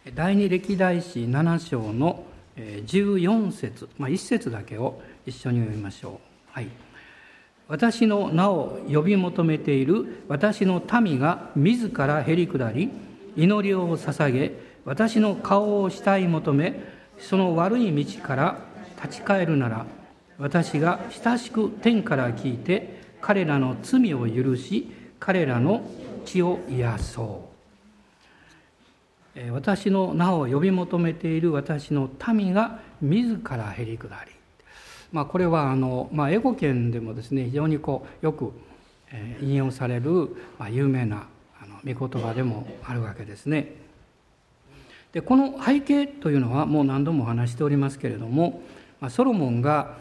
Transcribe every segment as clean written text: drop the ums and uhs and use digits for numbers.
第二歴代史7章の14節、1節だけを一緒に読みましょう。はい。私の名を呼び求めている私の民が自らへり下り、祈りを捧げ、私の顔を慕い求め、その悪い道から立ち返るなら、私が親しく天から聞いて、彼らの罪を許し、彼らの血を癒そう。私の名を呼び求めている私の民が自らへり下り、これは英語圏でもですね、非常によく引用される有名な御言葉でもあるわけですね。でこの背景というのはもう何度もお話しておりますけれども、ソロモンが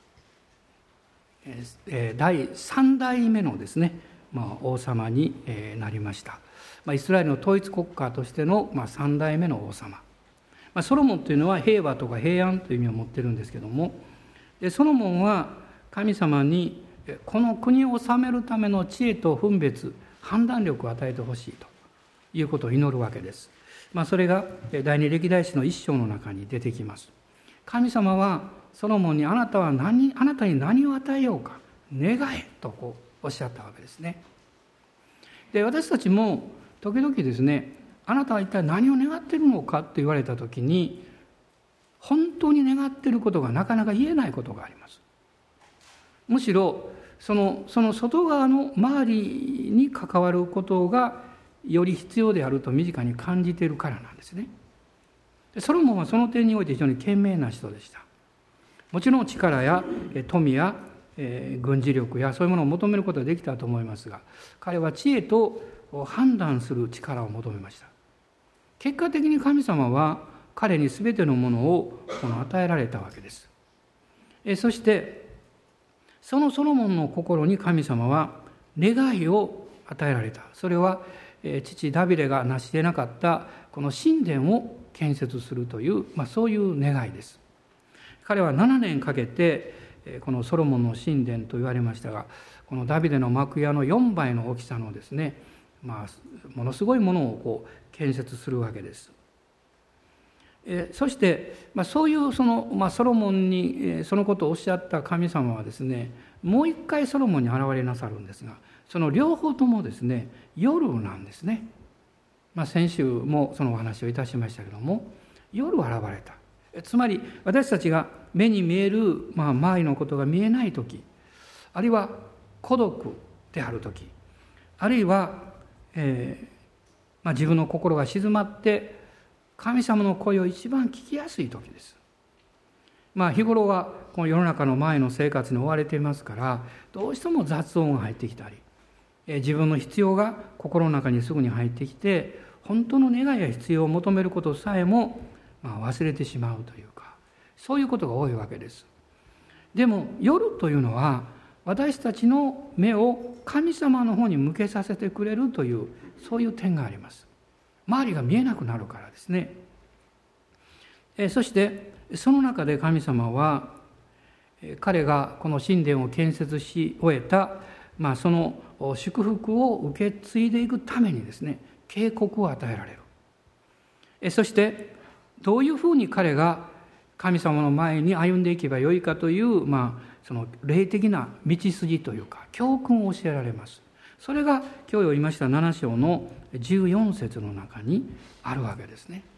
第3代目のですね、王様になりました。イスラエルの統一国家としての3代目の王様。ソロモンというのは平和とか平安という意味を持っているんですけども、でソロモンは神様にこの国を治めるための知恵と分別、判断力を与えてほしいということを祈るわけです。それが第二歴代史の1章の中に出てきます。神様はソロモンにあなたに何を与えようか願えとおっしゃったわけですね。で私たちも時々ですね、あなたは一体何を願っているのかと言われたときに、本当に願っていることがなかなか言えないことがあります。むしろその外側の周りに関わることがより必要であると身近に感じているからなんですね。でソロモンはその点において非常に賢明な人でした。もちろん力や富や軍事力やそういうものを求めることはできたと思いますが、彼は知恵と判断する力を求めました。結果的に神様は彼に全てのものを与えられたわけです。そしてそのソロモンの心に神様は願いを与えられた。それは父ダビデが成し得なかったこの神殿を建設するという、そういう願いです。彼は7年かけてこのソロモンの神殿と言われましたが、このダビデの幕屋の4倍の大きさのですね、ものすごいものを建設するわけです。そして、そういうソロモンにそのことをおっしゃった神様はですね、もう一回ソロモンに現れなさるんですが、その両方ともですね、夜なんですね。先週もそのお話をいたしましたけども、夜現れた。つまり私たちが目に見える、周りのことが見えないとき、あるいは孤独であるとき、あるいは自分の心が静まって神様の声を一番聞きやすい時です。日頃はこの世の中の前の生活に追われていますから、どうしても雑音が入ってきたり、自分の必要が心の中にすぐに入ってきて、本当の願いや必要を求めることさえも忘れてしまうというか、そういうことが多いわけです。でも夜というのは私たちの目を神様の方に向けさせてくれるという、そういう点があります。周りが見えなくなるからですね。そしてその中で神様は彼がこの神殿を建設し終えた、その祝福を受け継いでいくためにですね、警告を与えられる。そしてどういうふうに彼が神様の前に歩んでいけばよいかという、その霊的な道筋というか教訓を教えられます。それが今日読みました7章の14節の中にあるわけですね。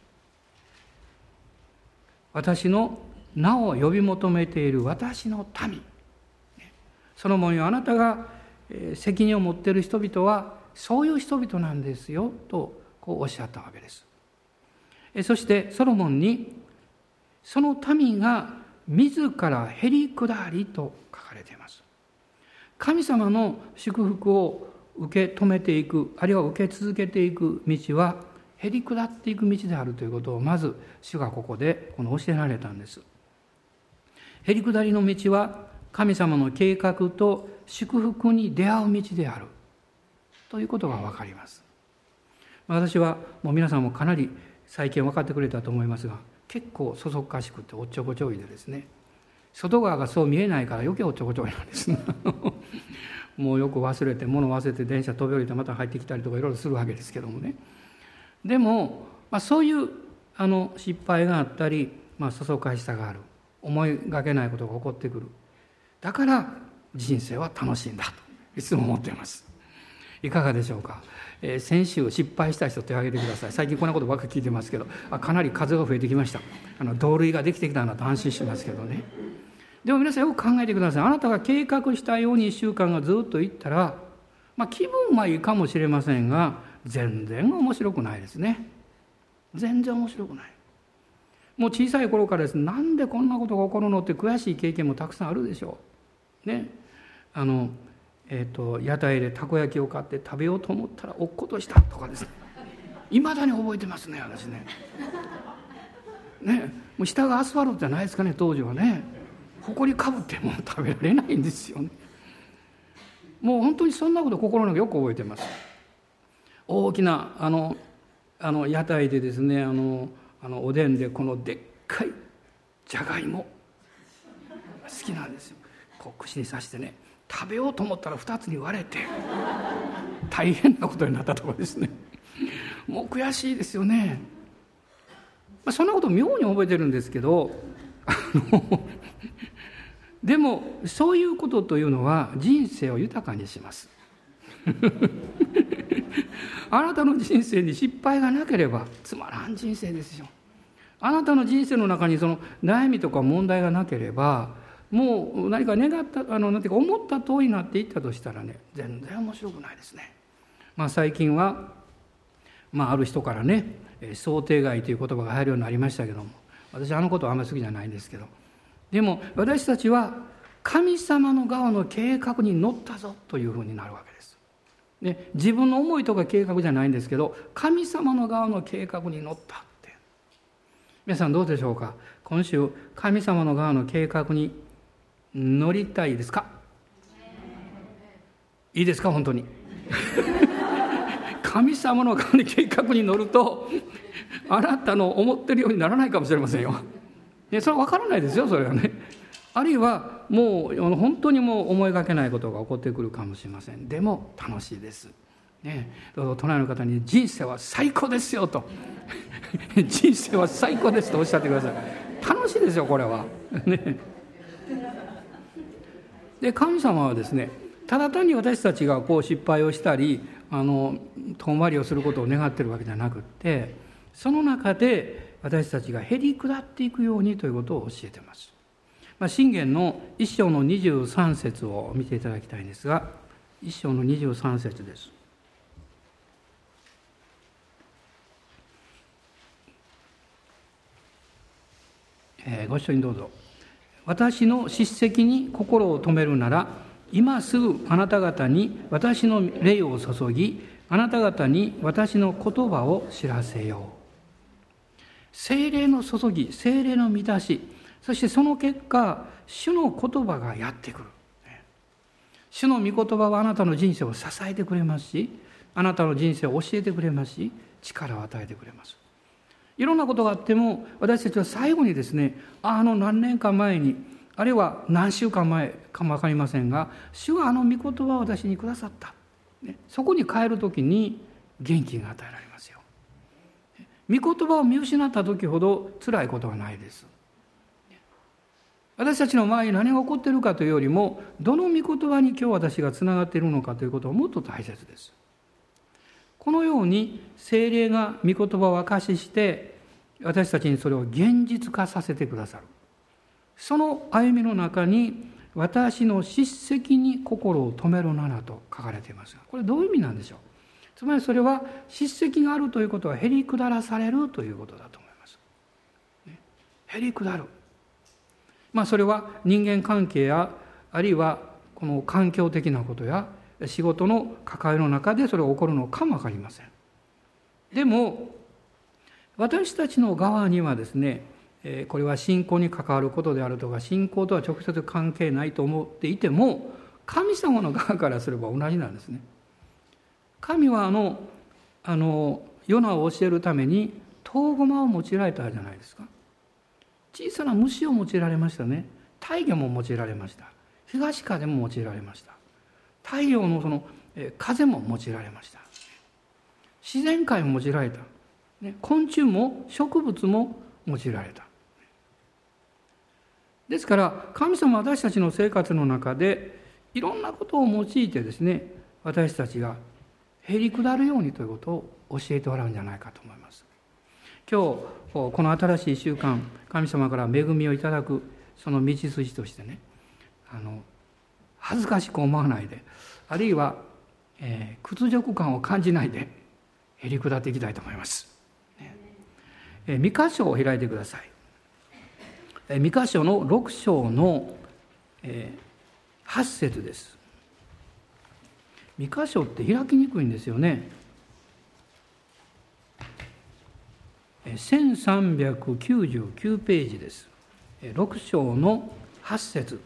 私の名を呼び求めている私の民、ソロモンよ、あなたが責任を持っている人々はそういう人々なんですよとおっしゃったわけです。そしてソロモンにその民が自らへり下りと書かれています。神様の祝福を受け止めていく、あるいは受け続けていく道はへり下っていく道であるということを、まず主がここで教えられたんです。へり下りの道は神様の計画と祝福に出会う道であるということが分かります。私はもう皆さんもかなり最近分かってくれたと思いますが、結構そそっかしくておっちょこちょいでですね、外側がそう見えないから余計おっちょこちょいなんですもうよく忘れて、物忘れて電車飛び降りてまた入ってきたりとかいろいろするわけですけどもね。でも、そういう失敗があったり、そそかしさがある、思いがけないことが起こってくる。だから人生は楽しいんだといつも思っています。いかがでしょうか。先週失敗した人手を挙げてください。最近こんなことばっかり聞いてますけど、かなり数が増えてきました。同類ができてきたなと安心しますけどね。でも皆さんよく考えてください。あなたが計画したように1週間がずっといったら、気分はいいかもしれませんが、全然面白くないですね。全然面白くない。もう小さい頃からですね、なんでこんなことが起こるのって悔しい経験もたくさんあるでしょう。ね。屋台でたこ焼きを買って食べようと思ったら落っことしたとかですね。いまだに覚えてますね、私ね。ね、もう下がアスファルトじゃないですかね、当時はね。埃かぶっても食べられないんですよね。もう本当にそんなこと心の中よく覚えてます。大きな屋台でですね、おでんでこのでっかいじゃがいも好きなんですよ。串に刺してね、食べようと思ったら2つに割れて大変なことになったところですね。もう悔しいですよね。そんなことを妙に覚えてるんですけど、でもそういうことというのは人生を豊かにします。あなたの人生に失敗がなければつまらん人生ですよ。あなたの人生の中にその悩みとか問題がなければ、もう何か願ったなんていうか思った通りになっていったとしたらね、全然面白くないですね。最近はある人からね、想定外という言葉が入るようになりましたけども、私ことはあんまり好きじゃないんですけど、でも私たちは神様の側の計画に乗ったぞというふうになるわけです。で、自分の思いとか計画じゃないんですけど、神様の側の計画に乗ったって。皆さんどうでしょうか。今週神様の側の計画に乗りたいですか。いいですか、本当に。神様の側の計画に乗るとあなたの思ってるようにならないかもしれませんよ。それは分からないですよ、それはね。あるいはもう本当にもう思いがけないことが起こってくるかもしれません。でも楽しいです、ね、どうぞ隣の方に人生は最高ですよと人生は最高ですとおっしゃってください。楽しいですよ、これは、ね。で、神様はですね、ただ単に私たちが失敗をしたり遠回りをすることを願っているわけじゃなくって、その中で私たちがへり下っていくようにということを教えています。箴言の1章の23節を見ていただきたいんですが、1章の23節です。ご一緒にどうぞ。私の叱責に心を留めるなら、今すぐあなた方に私の霊を注ぎ、あなた方に私の言葉を知らせよう。聖霊の注ぎ、聖霊の満たし、そしてその結果、主の言葉がやってくる。主の御言葉はあなたの人生を支えてくれますし、あなたの人生を教えてくれますし、力を与えてくれます。いろんなことがあっても、私たちは最後にですね、何年か前に、あるいは何週間前かも分かりませんが、主は御言葉を私にくださった。そこに帰るときに元気が与えられますよ。御言葉を見失った時ほど辛いことはないです。私たちの周りに何が起こっているかというよりも、どの御言葉に今日私がつながっているのかということはもっと大切です。このように聖霊が御言葉を明かしして、私たちにそれを現実化させてくださる。その歩みの中に、私の叱責に心を留めるならと書かれていますが、これどういう意味なんでしょう。つまりそれは叱責があるということはへり下らされるということだと思います。へり下る。それは人間関係や、あるいはこの環境的なことや仕事の関わりの中でそれが起こるのかも分かりません。でも私たちの側にはですね、これは信仰に関わることであるとか、信仰とは直接関係ないと思っていても、神様の側からすれば同じなんですね。神はヨナを教えるためにトウゴマを用いられたじゃないですか。小さな虫を用いられましたね。大魚も用いられました。東風も用いられました。太陽の風も用いられました。自然界も用いられた。 昆虫も植物も用いられた。ですから神様は私たちの生活の中でいろんなことを用いてですね、私たちがへりくだるようにということを教えておられるんじゃないかと思います。今日この新しい1週間、神様から恵みをいただくその道筋としてね、恥ずかしく思わないで、あるいは、屈辱感を感じないでへりくだっていきたいと思います。ミカ書を開いてください。ミカ書の6章の、8節です。ミカ書って開きにくいんですよね。1399ページです。6章の8節。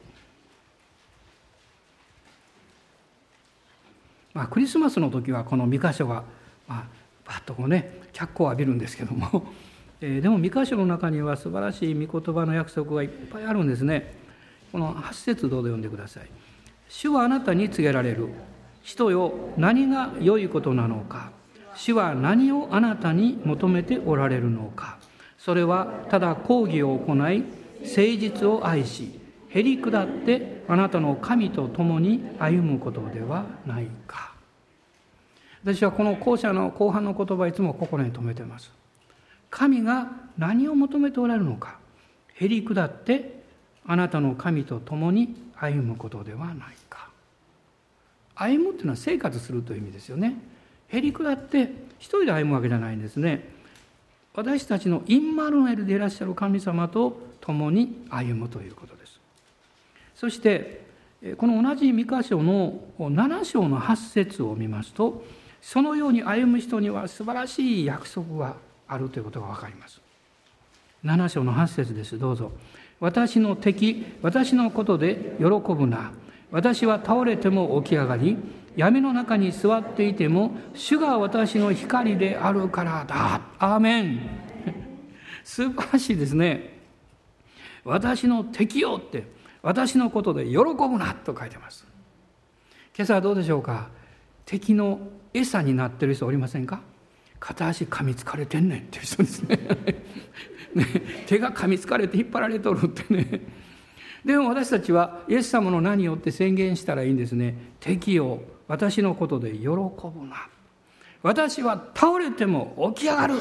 クリスマスの時はこのミカ書が、パッとこうね脚光を浴びるんですけども、でもミカ書の中には素晴らしい御言葉の約束がいっぱいあるんですね。この8節どうぞ読んでください。主はあなたに告げられる。人よ、何が良いことなのか。主は何をあなたに求めておられるのか。それはただ公義を行い、誠実を愛し、へり下ってあなたの神と共に歩むことではないか。私はこの後者の後半の言葉をいつも心に留めています。神が何を求めておられるのか。へり下ってあなたの神と共に歩むことではないか。歩むっていうのは生活するという意味ですよね。へり下って一人で歩むわけじゃないんですね。私たちのインマヌエルでいらっしゃる神様と共に歩むということです。そしてこの同じミカ書の7章の8節を見ますと、そのように歩む人には素晴らしい約束があるということが分かります。7章の8節です。どうぞ。私の敵、私のことで喜ぶな。私は倒れても起き上がり、闇の中に座っていても主が私の光であるからだ。アーメン。素晴らしいですね。私の敵よって私のことで喜ぶなと書いてます。今朝はどうでしょうか。敵の餌になってる人おりませんか。片足噛みつかれてんねんっていう人ですね。ね、手が噛みつかれて引っ張られとるってね。でも私たちはイエス様の名によって宣言したらいいんですね。敵よ、私のことで喜ぶな。私は倒れても起き上がるって。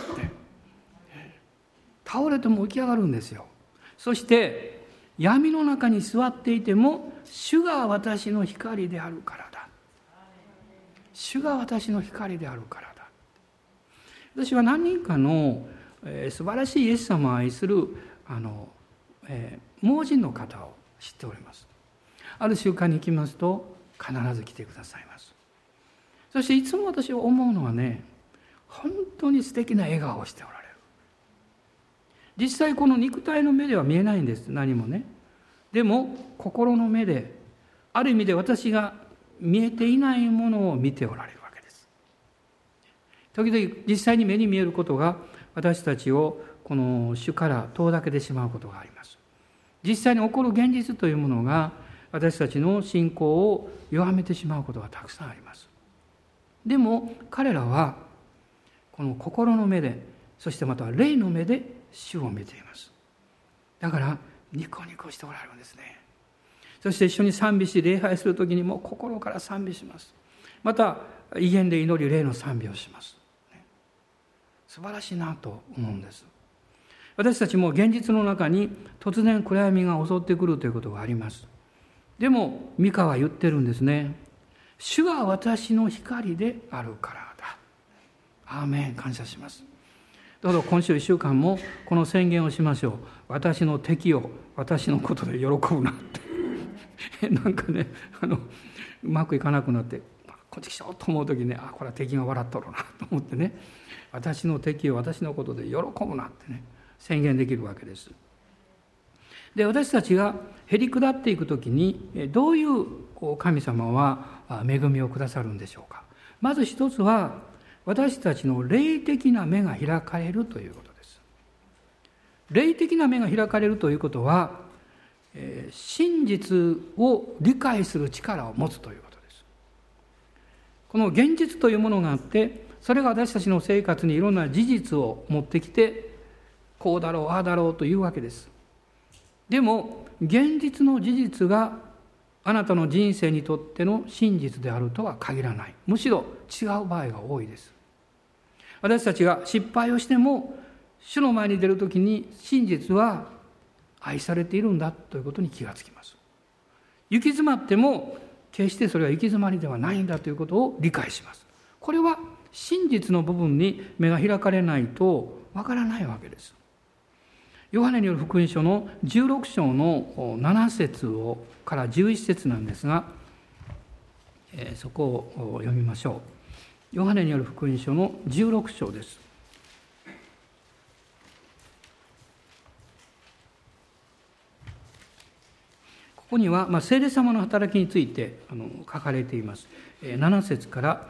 倒れても起き上がるんですよ。そして闇の中に座っていても主が私の光であるからだ。主が私の光であるからだ。私は何人かの素晴らしいイエス様を愛する盲人の方を知っております。ある習慣に行きますと必ず来てくださいます。そしていつも私は思うのはね、本当に素敵な笑顔をしておられる。実際この肉体の目では見えないんです、何もね。でも心の目で、ある意味で私が見えていないものを見ておられるわけです。時々実際に目に見えることが私たちをこの主から遠ざけてしまうことがあります。実際に起こる現実というものが私たちの信仰を弱めてしまうことがたくさんあります。でも彼らはこの心の目で、そしてまた霊の目で主を見ています。だからニコニコしておられるんですね。そして一緒に賛美し礼拝するときにも心から賛美します。また威厳で祈り霊の賛美をします。素晴らしいなと思うんです。私たちも現実の中に突然暗闇が襲ってくるということがあります。でもミカは言ってるんですね。主が私の光であるからだ。アーメン。感謝します。どうぞ今週1週間もこの宣言をしましょう。私の敵を私のことで喜ぶなってなんかね、うまくいかなくなってこっち来ちゃおうと思う時ね、これは敵が笑っとるなと思ってね、私の敵を私のことで喜ぶなってね宣言できるわけです。で、私たちがへり下っていくときにどういう神様は恵みをくださるんでしょうか。まず一つは私たちの霊的な目が開かれるということです。霊的な目が開かれるということは、真実を理解する力を持つということです。この現実というものがあって、 それが私たちの生活にいろんな事実を持ってきて、こうだろうああだろうというわけです。でも現実の事実があなたの人生にとっての真実であるとは限らない。むしろ違う場合が多いです。私たちが失敗をしても、主の前に出るときに真実は愛されているんだということに気がつきます。行き詰まっても決してそれは行き詰まりではないんだということを理解します。これは真実の部分に目が開かれないとわからないわけです。ヨハネによる福音書の16章の7節から11節なんですが、そこを読みましょう。ヨハネによる福音書の16章です。ここには聖霊様の働きについて書かれています。7節から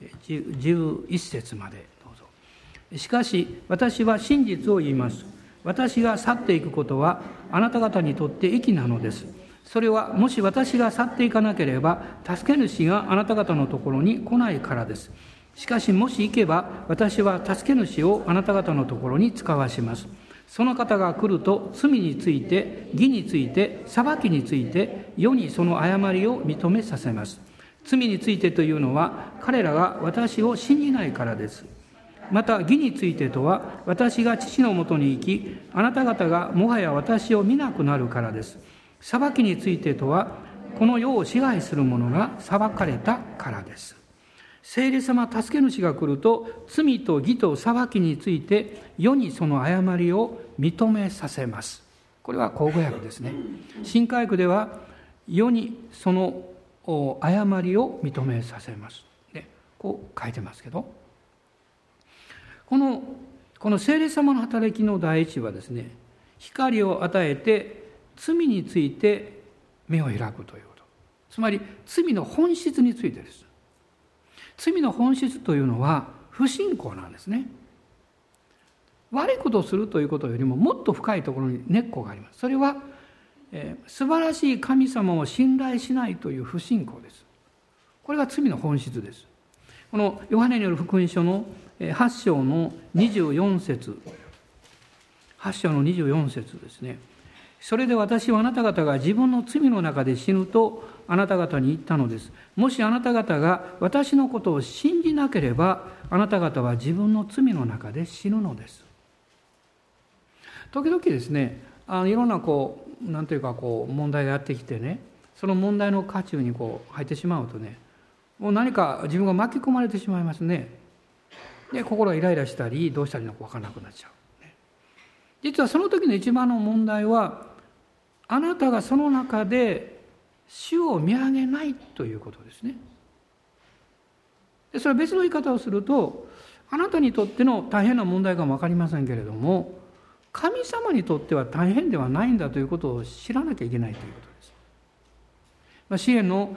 11節までどうぞ。しかし私は真実を言います。私が去っていくことはあなた方にとって益なのです。それはもし私が去っていかなければ助け主があなた方のところに来ないからです。しかしもし行けば私は助け主をあなた方のところに使わします。その方が来ると罪について義について裁きについて世にその誤りを認めさせます。罪についてというのは彼らが私を信じないからです。また義についてとは私が父のもとに行きあなた方がもはや私を見なくなるからです。裁きについてとはこの世を支配する者が裁かれたからです。聖霊様助け主が来ると罪と義と裁きについて世にその誤りを認めさせます。これは口語訳ですね。新改訳では世にその誤りを認めさせます、ね、こう書いてますけど、この聖霊様の働きの第一はですね、光を与えて罪について目を開くということ。つまり罪の本質についてです。罪の本質というのは不信仰なんですね。悪いことをするということよりももっと深いところに根っこがあります。それは、素晴らしい神様を信頼しないという不信仰です。これが罪の本質です。このヨハネによる福音書の8章の24節、8章の24節ですね。それで私はあなた方が自分の罪の中で死ぬとあなた方に言ったのです。もしあなた方が私のことを信じなければあなた方は自分の罪の中で死ぬのです。時々ですね、いろんななんていうか問題がやってきてね、その問題の渦中に入ってしまうとね、もう何か自分が巻き込まれてしまいますね。で心がイライラしたりどうしたらいいのか分からなくなっちゃう。実はその時の一番の問題はあなたがその中で主を見上げないということですね。でそれは別の言い方をすると、あなたにとっての大変な問題かも分かりませんけれども、神様にとっては大変ではないんだということを知らなきゃいけないということです。詩篇の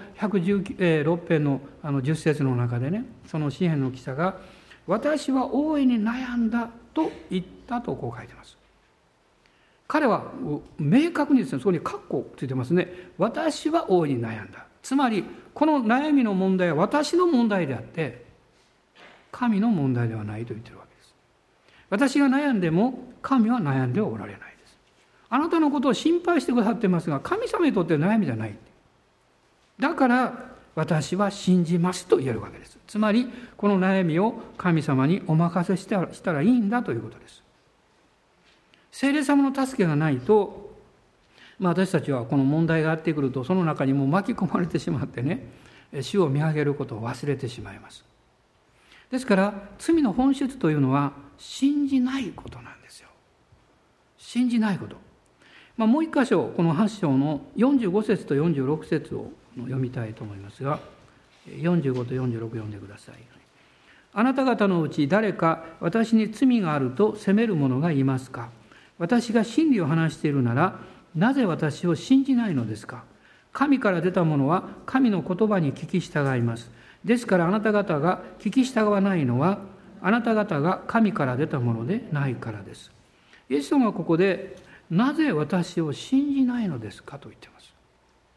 116編の10節の中でね、その詩篇の記者が私は大いに悩んだと言ったとこう書いてます。彼は明確にですね、そこに括弧ついてますね。私は大いに悩んだ。つまりこの悩みの問題は私の問題であって神の問題ではないと言ってるわけです。私が悩んでも神は悩んではおられないです。あなたのことを心配してくださってますが、神様にとっては悩みじゃない。だから私は信じますと言えるわけです。つまりこの悩みを神様にお任せしたらいいんだということです。聖霊様の助けがないと、私たちはこの問題があってくるとその中にも巻き込まれてしまってね、主を見上げることを忘れてしまいます。ですから罪の本質というのは信じないことなんですよ。信じないこと。もう一箇所この8章の45節と46節を読みたいと思いますが、45と46読んでください。あなた方のうち誰か私に罪があると責める者がいますか。私が真理を話しているならなぜ私を信じないのですか。神から出たものは神の言葉に聞き従います。ですからあなた方が聞き従わないのはあなた方が神から出たものでないからです。イエス様はここでなぜ私を信じないのですかと言っています。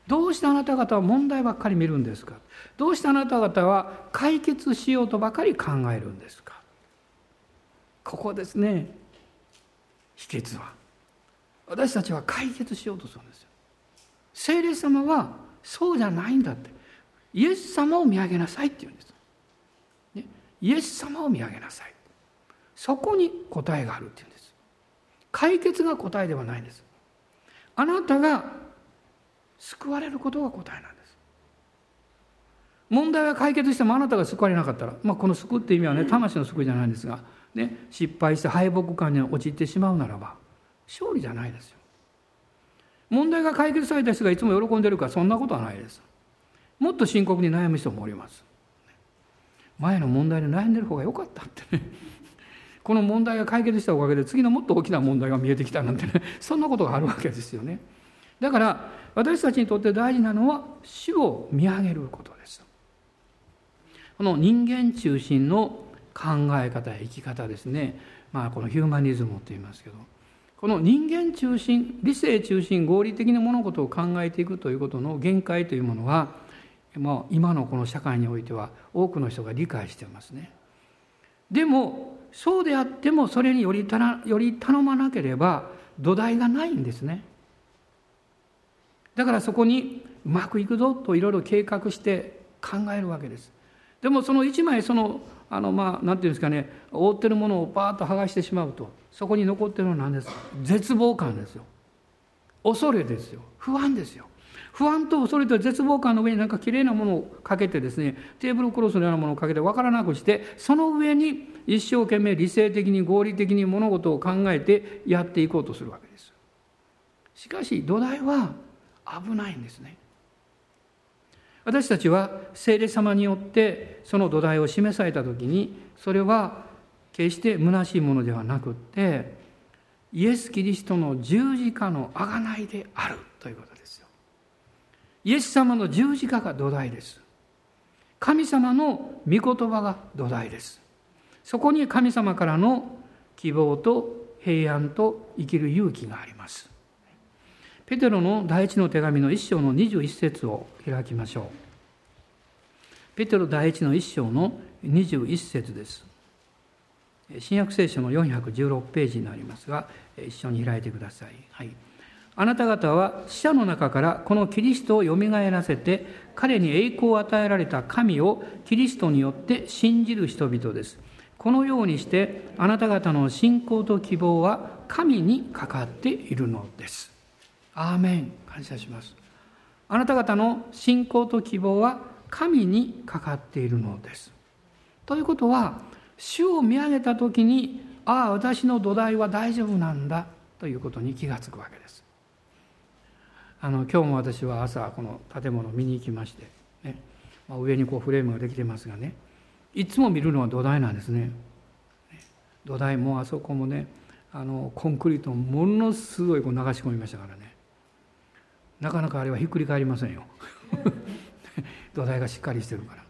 どうしてあなた方は問題ばっかり見るんですか。どうしてあなた方は解決しようとばかり考えるんですか。ここですね、秘訣は。私たちは解決しようとするんですよ。聖霊様はそうじゃないんだって。イエス様を見上げなさいって言うんです、ね、イエス様を見上げなさい。そこに答えがあるって言うんです。解決が答えではないんです。あなたが救われることが答えなんです。問題は解決してもあなたが救われなかったら、この救うって意味はね、魂の救いじゃないんですが、ね、失敗して敗北感に陥ってしまうならば勝利じゃないですよ。問題が解決された人がいつも喜んでるか、そんなことはないです。もっと深刻に悩む人もおります。前の問題で悩んでる方が良かったってね、この問題が解決したおかげで次のもっと大きな問題が見えてきたなんてね、そんなことがあるわけですよね。だから私たちにとって大事なのは主を見上げることです。この人間中心の考え方や生き方ですね、このヒューマニズムと言いますけど、この人間中心、理性中心、合理的な物事を考えていくということの限界というものは、今のこの社会においては多くの人が理解していますね。でもそうであってもそれにより頼まなければ土台がないんですね。だからそこにうまくいくぞといろいろ計画して考えるわけです。でもその一枚なんていうんですかね、覆ってるものをパーッと剥がしてしまうと、そこに残ってるのは何ですか。絶望感ですよ。恐れですよ。不安ですよ。不安と恐れと絶望感の上にきれいなものをかけてですね、テーブルクロスのようなものをかけて分からなくして、その上に一生懸命理性的に合理的に物事を考えてやっていこうとするわけです。しかし土台は危ないんですね。私たちは聖霊様によってその土台を示されたときに、それは決して虚しいものではなくって、イエス・キリストの十字架の贖いであるということですよ。イエス様の十字架が土台です。神様の御言葉が土台です。そこに神様からの希望と平安と生きる勇気があります。ペテロの第一の手紙の1章の21節を開きましょう。ペテロ第一の1章の21節です。新約聖書の416ページになりますが、一緒に開いてください。はい。あなた方は死者の中からこのキリストをよみがえらせて、彼に栄光を与えられた神をキリストによって信じる人々です。このようにしてあなた方の信仰と希望は神にかかっているのです。アーメン。感謝します。あなた方の信仰と希望は神にかかっているのです。ということは、主を見上げたときに、私の土台は大丈夫なんだということに気がつくわけです。今日も私は朝この建物を見に行きまして、ね、上にフレームができてますがね、いつも見るのは土台なんですね。土台もあそこもね、コンクリートをものすごい流し込みましたからね、なかなかあれはひっくり返りませんよ土台がしっかりしてるから、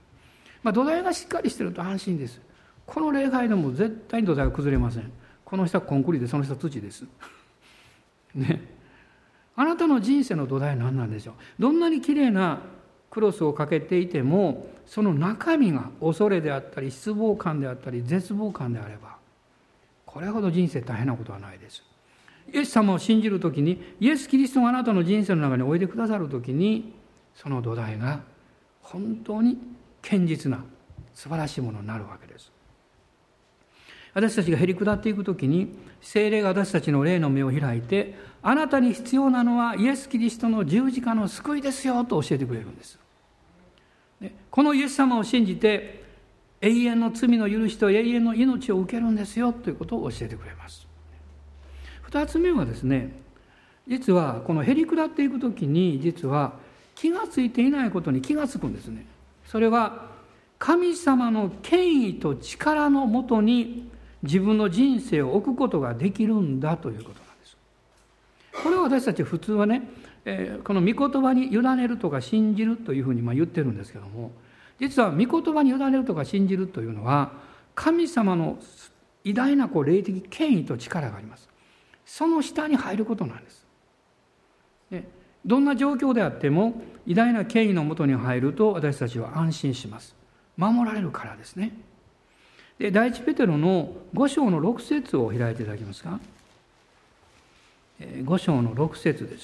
土台がしっかりしてると安心です。この礼拝でも絶対に土台が崩れません。この下コンクリでその下土ですね。あなたの人生の土台は何なんでしょう。どんなにきれいなクロスをかけていても、その中身が恐れであったり失望感であったり絶望感であれば、これほど人生大変なことはないです。イエス様を信じるときに、イエス・キリストがあなたの人生の中においでくださるときに、その土台が本当に堅実な素晴らしいものになるわけです。私たちがへり下っていくときに、聖霊が私たちの霊の目を開いて、あなたに必要なのはイエス・キリストの十字架の救いですよと教えてくれるんです。このイエス様を信じて永遠の罪の許しと永遠の命を受けるんですよということを教えてくれます。二つ目はですね、実はこのへり下っていくときに、実は気がついていないことに気がつくんですね。それは神様の権威と力のもとに自分の人生を置くことができるんだということなんです。これは私たち普通はね、この御言葉に委ねるとか信じるというふうに言ってるんですけども、実は御言葉に委ねるとか信じるというのは、神様の偉大な霊的権威と力があります。その下に入ることなんです。 どんな状況であっても偉大な権威のもとに入ると私たちは安心します。守られるからですね。で、第一ペテロの5章の6節を開いていただけますか。5章の6節です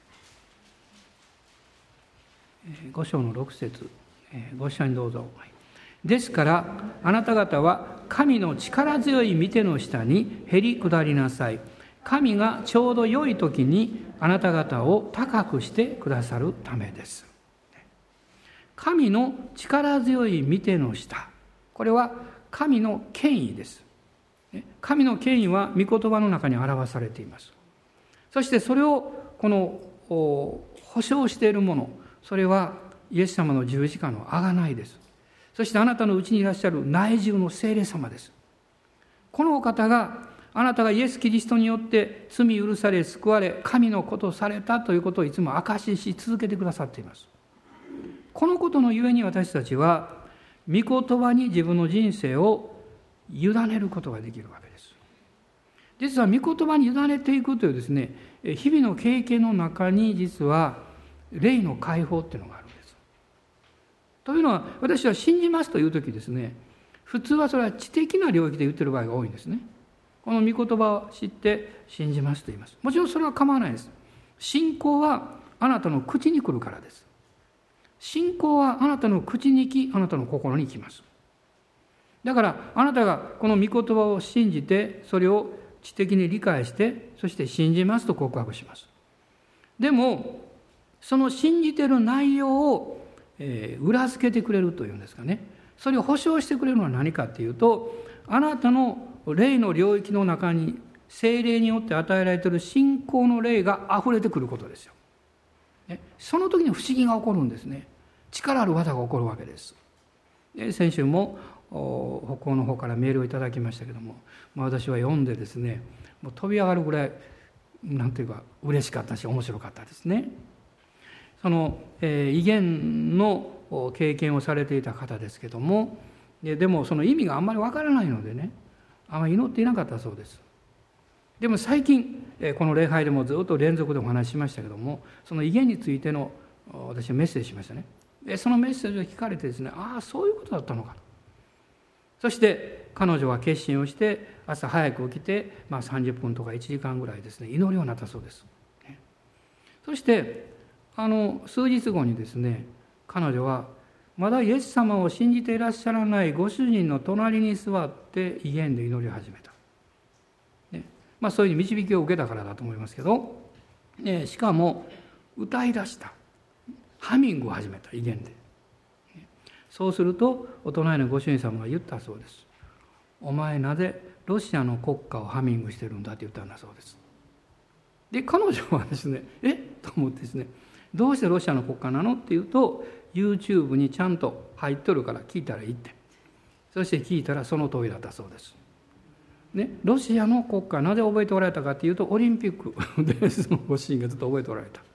。5章の6節、ご一緒にどうぞ。ですからあなた方は神の力強い御手の下にへり下りなさい。神がちょうど良い時にあなた方を高くしてくださるためです。神の力強い御手の下、これは神の権威です。神の権威は御言葉の中に表されています。そしてそれをこの保証しているもの、それはイエス様の十字架の贖いです。そしてあなたのうちにいらっしゃる内住の聖霊様です。このお方があなたがイエス・キリストによって罪許され救われ神のことをされたということをいつも証しし続けてくださっています。このことのゆえに私たちは御言葉に自分の人生を委ねることができるわけです。実は御言葉に委ねていくというですね、日々の経験の中に実は霊の解放っていうのがあるんです。というのは私は信じますというときですね、普通はそれは知的な領域で言ってる場合が多いんですね。この御言葉を知って信じますと言います。もちろんそれは構わないです。信仰はあなたの口に来るからです。信仰はあなたの口に来、あなたの心に来ます。だからあなたがこの御言葉を信じて、それを知的に理解して、そして信じますと告白します。でもその信じている内容を裏付けてくれるというんですかね、それを保証してくれるのは何かっていうと、あなたの霊の領域の中に聖霊によって与えられている信仰の霊があふれてくることですよ。その時に不思議が起こるんですね。力ある技が起こるわけです。先週も北欧の方からメールをいただきましたけども、私は読んでですね、もう飛び上がるぐらいなんていうか嬉しかったし面白かったですね。その異言の経験をされていた方ですけども、でもその意味があんまりわからないのでね、あまり祈っていなかったそうです。でも最近この礼拝でもずっと連続でお話ししましたけども、その異言についての私はメッセージしましたね。でそのメッセージを聞かれてですね、ああそういうことだったのかと。そして彼女は決心をして朝早く起きて、30分とか1時間ぐらいですね、祈るようになったそうです。そして数日後にですね、彼女はまだイエス様を信じていらっしゃらないご主人の隣に座って異言で祈り始めた。そういう導きを受けたからだと思いますけど、しかも歌い出した。ハミングを始めた、異言で。そうするとお隣のご主人様が言ったそうです。お前なぜロシアの国歌をハミングしてるんだって言ったんだそうです。で彼女はですね、と思ってですね、どうしてロシアの国歌なのって言うと、 YouTube にちゃんと入っとるから聞いたらいいって。そして聞いたらその通りだったそうです。ロシアの国歌なぜ覚えておられたかというと、オリンピックでそのご主人がずっと覚えておられた。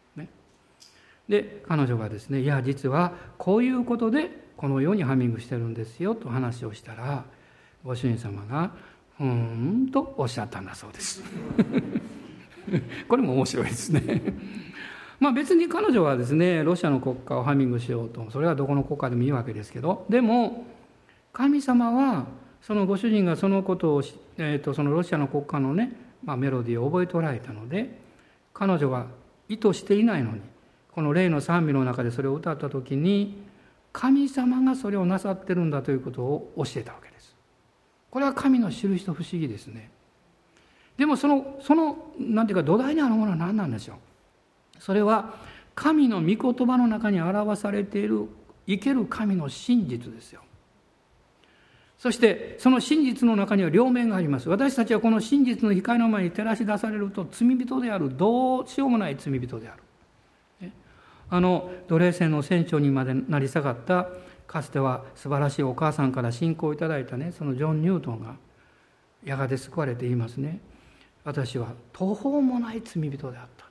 で彼女がですね、いや実はこういうことでこのようにハミングしてるんですよと話をしたら、ご主人様がふーんとおっしゃったんだそうですこれも面白いですね別に彼女はですね、ロシアの国歌をハミングしようと、それはどこの国歌でもいいわけですけど、でも神様はそのご主人がそのことを、そのロシアの国歌のね、メロディーを覚えておられたので、彼女は意図していないのにこの霊の賛美の中でそれを歌った時に、神様がそれをなさってるんだということを教えたわけです。これは神の印と不思議ですね。でもそのなんていうか土台にあるものは何なんでしょう。それは神の御言葉の中に表されている生ける神の真実ですよ。そしてその真実の中には両面があります。私たちはこの真実の光の前に照らし出されると罪人である、どうしようもない罪人である。奴隷船の船長にまでなり下がった、かつては素晴らしいお母さんから信仰をいただいたね、そのジョン・ニュートンがやがて救われて言いますね。私は途方もない罪人であったって。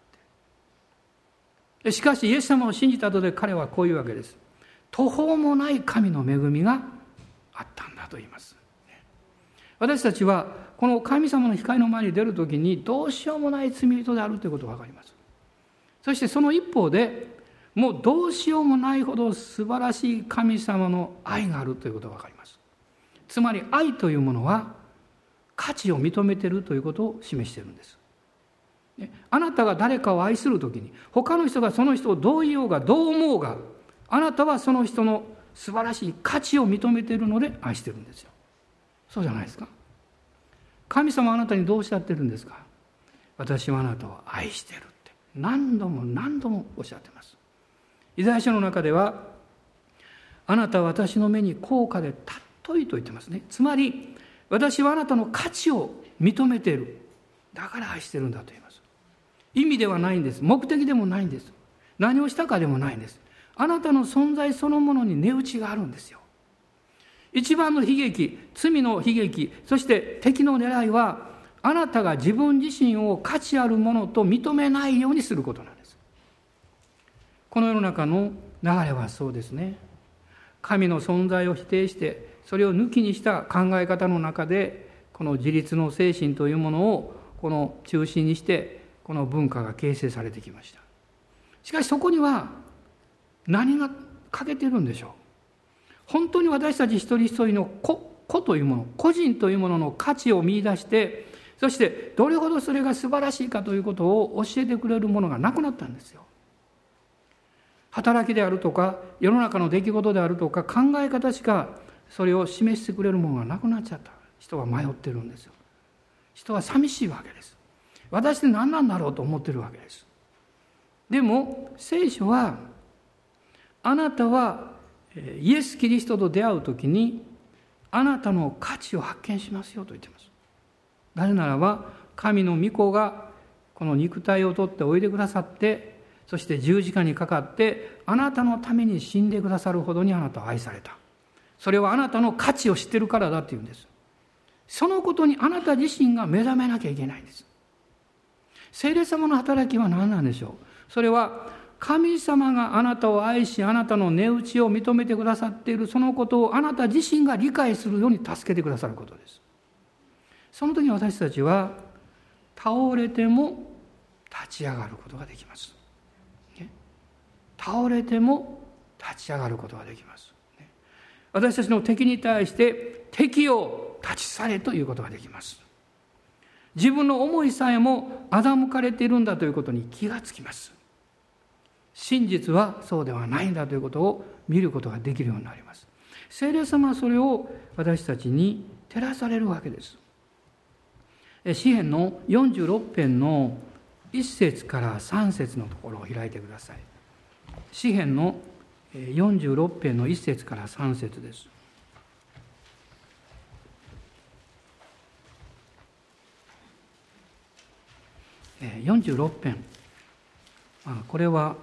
しかしイエス様を信じた後で彼はこういうわけです。途方もない神の恵みがあったんだと言います。私たちはこの神様の光の前に出るときにどうしようもない罪人であるということが分かります。 そしてその一方で、もうどうしようもないほど素晴らしい神様の愛があるということが分かります。つまり愛というものは価値を認めているということを示しているんです。あなたが誰かを愛するときに、他の人がその人をどう言おうがどう思うが、あなたはその人の素晴らしい価値を認めているので愛しているんですよ。そうじゃないですか。神様はあなたにどうおっしゃってるんですか。私はあなたを愛しているって何度も何度もおっしゃっています。イザヤ書の中では、あなたは私の目に高価で尊いと言ってますね。つまり私はあなたの価値を認めている、だから愛してるんだと言います。意味ではないんです。目的でもないんです。何をしたかでもないんです。あなたの存在そのものに値打ちがあるんですよ。一番の悲劇、罪の悲劇、そして敵の狙いは、あなたが自分自身を価値あるものと認めないようにすることなんです。この世の中の流れはそうですね。神の存在を否定して、それを抜きにした考え方の中で、この自立の精神というものをこの中心にして、この文化が形成されてきました。しかしそこには何が欠けているんでしょう。本当に私たち一人一人の個というもの、個人というものの価値を見出して、そしてどれほどそれが素晴らしいかということを教えてくれるものがなくなったんですよ。働きであるとか、世の中の出来事であるとか、考え方しかそれを示してくれるものがなくなっちゃった。人は迷ってるんですよ。人は寂しいわけです。私って何なんだろうと思ってるわけです。でも聖書は、あなたはイエス・キリストと出会うときにあなたの価値を発見しますよと言っています。なぜならば、神の御子がこの肉体を取っておいでくださって、そして十字架にかかってあなたのために死んでくださるほどにあなたは愛された。それはあなたの価値を知ってるからだっていうんです。そのことにあなた自身が目覚めなきゃいけないんです。聖霊様の働きは何なんでしょう。それは神様があなたを愛し、あなたの値打ちを認めてくださっている、そのことをあなた自身が理解するように助けてくださることです。その時に私たちは倒れても立ち上がることができます。倒れても立ち上がることができます。私たちの敵に対して敵を立ち去れということができます。自分の思いさえも欺かれているんだということに気がつきます。真実はそうではないんだということを見ることができるようになります。聖霊様はそれを私たちに照らされるわけです。詩編の46編の1節から3節のところを開いてください。詩編の46編の1節から3節です。46編、これは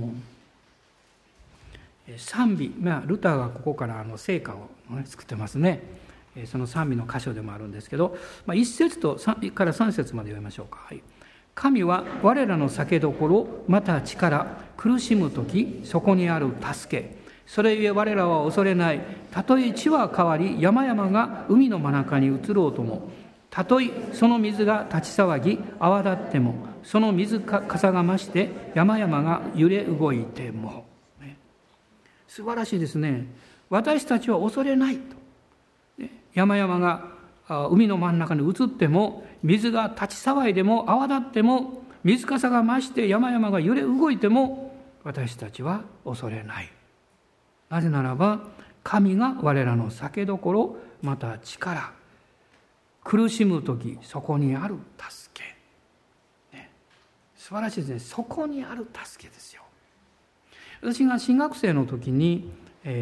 賛美、ルターがここから聖歌を作ってますね。その賛美の箇所でもあるんですけど、1節から3節まで読みましょうか。はい。神は我らの酒どころ、また力、苦しむとき、そこにある助け。それゆえ我らは恐れない。たとえ地は変わり、山々が海の真中に移ろうとも、たとえその水が立ち騒ぎ泡立っても、その水かさが増して山々が揺れ動いても、素晴らしいですね。私たちは恐れないと。山々が海の真ん中に移っても、水が立ち騒いでも泡立っても、水かさが増して山々が揺れ動いても、私たちは恐れない。なぜならば、神が我らの酒どころ、また力、苦しむときそこにある助け、素晴らしいですね。そこにある助けですよ。私が新学生の時に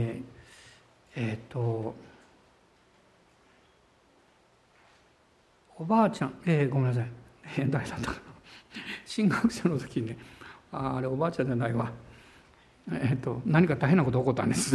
おばあちゃん、ごめんなさい、誰だったかな、新学生の時にね、あれおばあちゃんじゃないわ、何か大変なこと起こったんです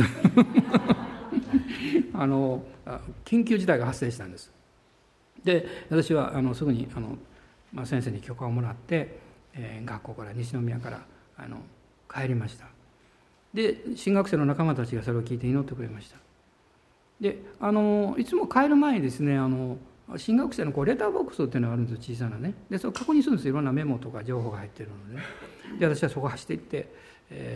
緊急事態が発生したんです。で、私はすぐに先生に許可をもらって、学校から西宮から帰りました。で、新学生の仲間たちがそれを聞いて祈ってくれました。でいつも帰る前にですね、 新学生のレターボックスっていうのがあるんですよ、小さなね。でそれを確認するんですよ、いろんなメモとか情報が入ってるのでね。で私はそこ走っていって、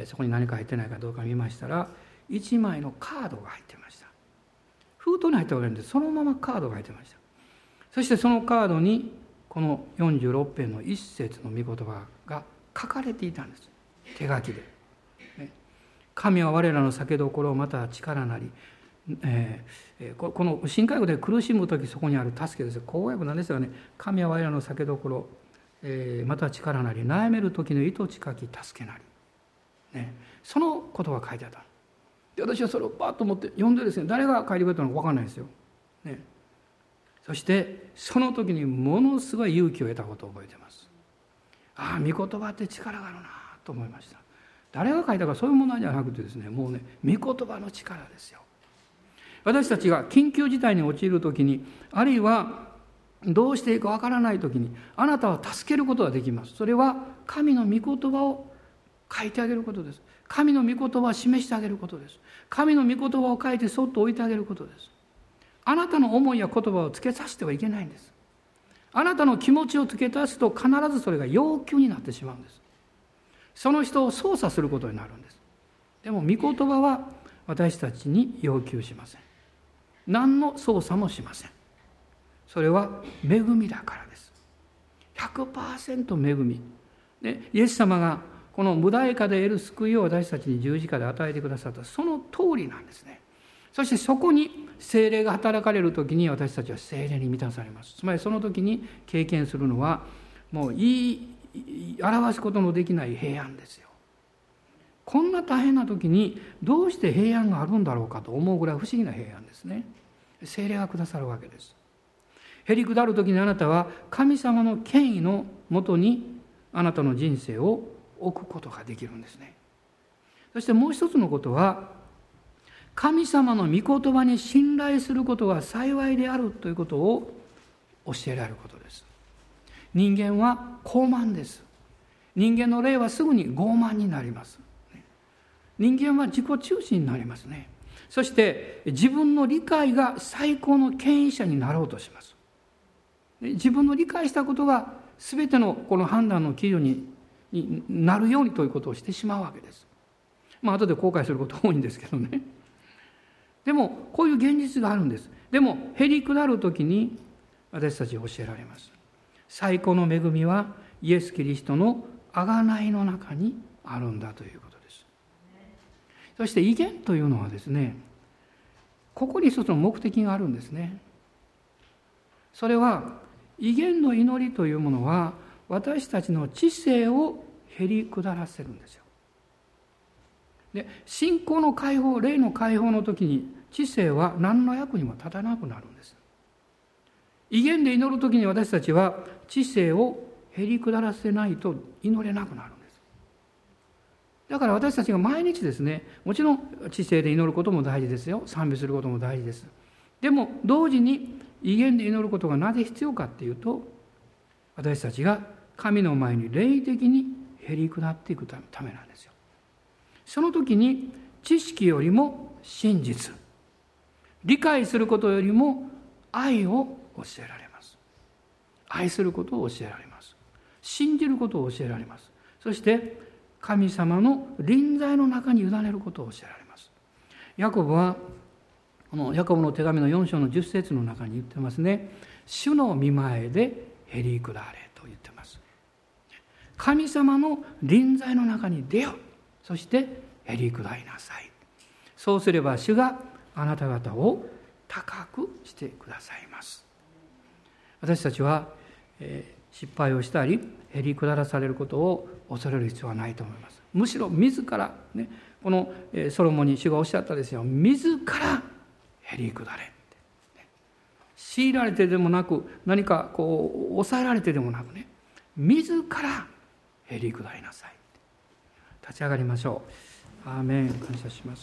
そこに何か入ってないかどうか見ましたら、1枚のカードが入ってました。封筒に入ったわけなんです。そのままカードが入ってました。そしてそのカードにこの46編の一節の御言葉が書かれていたんです。手書きで、ね、神は我らの酒どころまた力なり、この新海語で苦しむ時そこにある助けですよ。口語訳なんですがね、神は我らの酒どころ、また力なり、悩める時の糸近き助けなり、ね、そのことが書いてあった。で私はそれをバッと持って読んでですね、誰が書いてくれたのか分からないですよ、ね、そしてその時にものすごい勇気を得たことを覚えています。ああ、御言葉って力があるなと思いました。誰が書いたかそういう問題じゃなくてですね、もうね、御言葉の力ですよ。私たちが緊急事態に陥る時に、あるいはどうしていいかわからない時に、あなたを助けることができます。それは神の御言葉を書いてあげることです。神の御言葉を示してあげることです。神の御言葉を書いてそっと置いてあげることです。あなたの思いや言葉を付け足してはいけないんです。あなたの気持ちを付け足すと必ずそれが要求になってしまうんです。その人を操作することになるんです。でも御言葉は私たちに要求しません。何の操作もしません。それは恵みだからです。 100% 恵みで、イエス様がこの無代価で得る救いを私たちに十字架で与えてくださったその通りなんですね。そしてそこに聖霊が働かれる時に私たちは聖霊に満たされます。つまりその時に経験するのはもう表すことのできない平安ですよ。こんな大変な時にどうして平安があるんだろうかと思うぐらい不思議な平安ですね。聖霊がくださるわけです。へりくだる時にあなたは神様の権威のもとにあなたの人生を置くことができるんですね。そしてもう一つのことは、神様の御言葉に信頼することが幸いであるということを教えられることです。人間は高慢です。人間の霊はすぐに傲慢になります。人間は自己中心になりますね。そして自分の理解が最高の権威者になろうとします。自分の理解したことが全てのこの判断の基準になるようにということをしてしまうわけです。後で後悔すること多いんですけどね。でもこういう現実があるんです。でもへりくだるときに私たち教えられます。最高の恵みはイエス・キリストの贖いの中にあるんだということです。そして異言というのはですね、ここに一つの目的があるんですね。それは異言の祈りというものは私たちの知性をへりくだらせるんですよ。で、信仰の解放、霊の解放の時に知性は何の役にも立たなくなるんです。異言で祈る時に私たちは知性をへりくだらせないと祈れなくなるんです。だから私たちが毎日ですね、もちろん知性で祈ることも大事ですよ。賛美することも大事です。でも同時に異言で祈ることがなぜ必要かっていうと、私たちが神の前に霊的にへりくだっていくためなんですよ。その時に知識よりも真実、理解することよりも愛を教えられます。愛することを教えられます。信じることを教えられます。そして神様の臨在の中に委ねることを教えられます。ヤコブはこのヤコブの手紙の4章の10節の中に言ってますね。主の御前でへりくだれと言ってます。神様の臨在の中に出よう。そしてへりくだりなさい。そうすれば主があなた方を高くしてくださいます。私たちは、失敗をしたりへりくだらされることを恐れる必要はないと思います。むしろ自ら、ね、このソロモンに主がおっしゃったですよ。自らへりくだれって、ね、強いられてでもなく、何かこう抑えられてでもなくね、自らへりくだりなさい。立ち上がりましょう。アーメン。感謝します。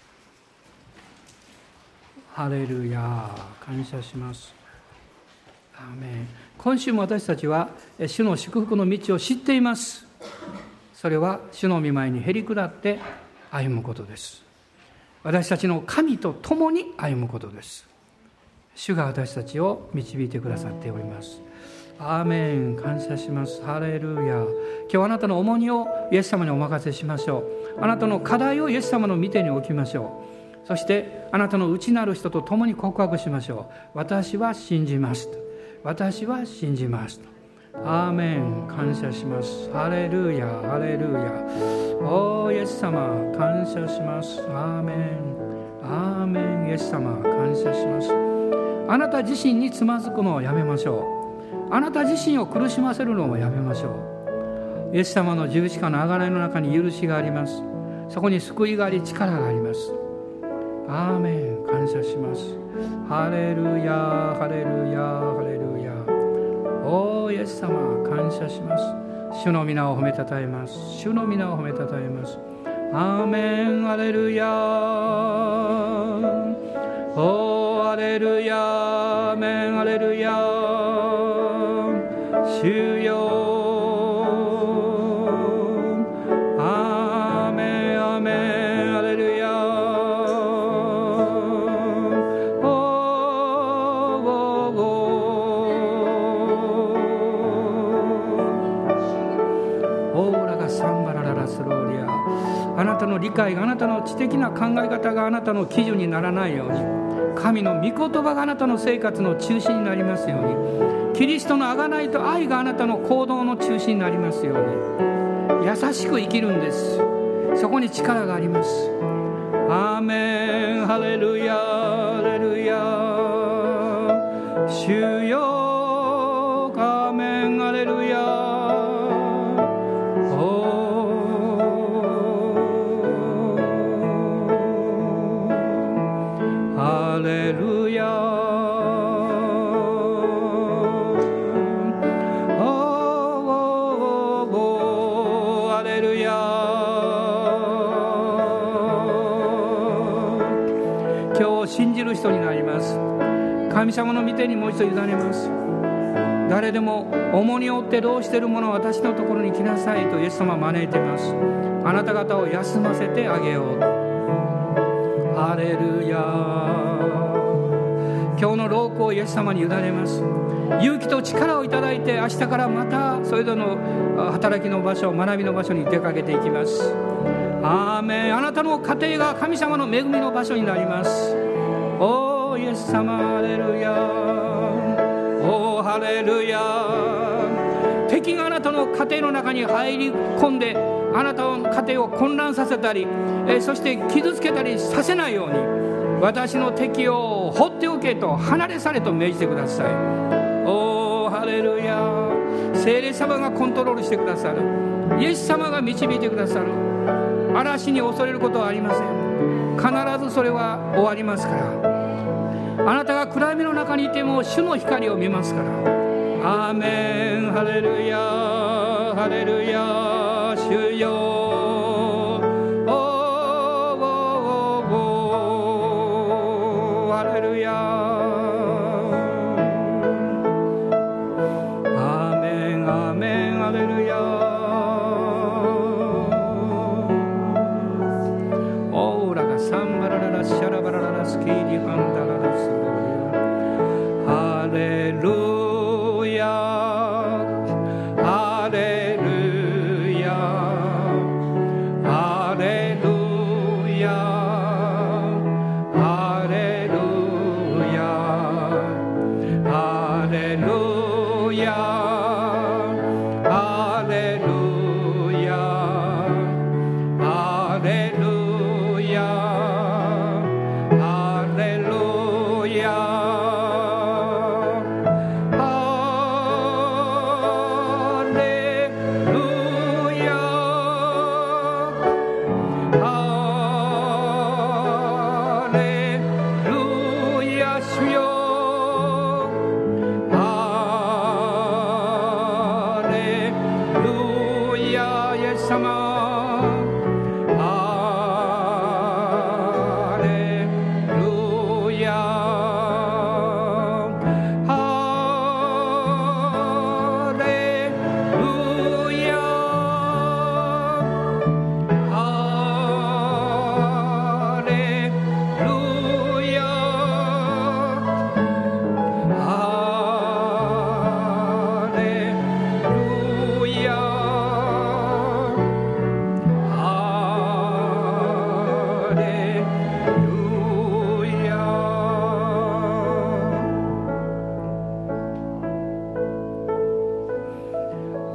ハレルヤ。感謝します。アーメン。今週も私たちは主の祝福の道を知っています。それは主の御前にへりくだって歩むことです。私たちの神と共に歩むことです。 主が私たちを導いてくださっております。アーメン。感謝します。ハレルヤ。今日あなたの重荷をイエス様にお任せしましょう。あなたの課題をイエス様の御手に置きましょう。そしてあなたの内なる人と共に告白しましょう。私は信じますと。私は信じますと。アーメン。感謝します。ハレルヤ、ハレルヤ。おー、イエス様感謝します。アーメン、アーメン。イエス様感謝します。あなた自身につまずくのをやめましょう。あなた自身を苦しませるのもやめましょう。イエス様の十字架の贖いの中に許しがあります。そこに救いがあり、力があります。アーメン。感謝します。ハレルヤ、ハレルヤ、ハレルヤ。おー、イエス様感謝します。主の皆を褒めたたえます。主の皆を褒めたたえます。アーメン。ハレルヤ。おー、ハレルヤ、アーメン。ハレルヤ。主よ、アーメン、アーメン。ハレルヤ。あなたの理解が、あなたの知的な考え方があなたの基準にならないように、神の御言葉があなたの生活の中心になりますように、キリストの贖いと愛があなたの行動の中心になりますように、優しく生きるんです。そこに力があります。アーメン。ハレルヤ、ハレルヤ。主よ、アーメン。ハレルヤ。ハレルヤ。ハレルヤ。今日信じる人になります。神様の御手にもう一度委ねます。誰でも重荷を負ってどうしているものを私のところに来なさいとイエス様は招いています。あなた方を休ませてあげよう。ハレルヤ。今日の労苦をイエス様に委ねます。勇気と力をいただいて、明日からまたそれぞれの働きの場所、学びの場所に出かけていきます。アーメン。あなたの家庭が神様の恵みの場所になります。おー、イエス様、ハレルヤ。おー、ハレルヤ。敵があなたの家庭の中に入り込んで、あなたの家庭を混乱させたり、そして傷つけたりさせないように、私の敵を放っておけと、離れ去れと命じてください。おー、ハレルヤ。聖霊様がコントロールしてくださる。イエス様が導いてくださる。嵐に恐れることはありません。必ずそれは終わりますから。あなたが暗闇の中にいても主の光を見ますから。アーメン。ハレルヤ、ハレルヤ。主よ、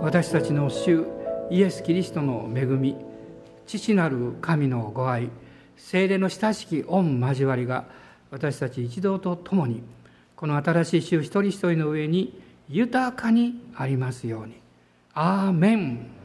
私たちの主イエス・キリストの恵み、父なる神のご愛、聖霊の親しき御交わりが私たち一同と共にこの新しい週一人一人の上に豊かにありますように。アーメン。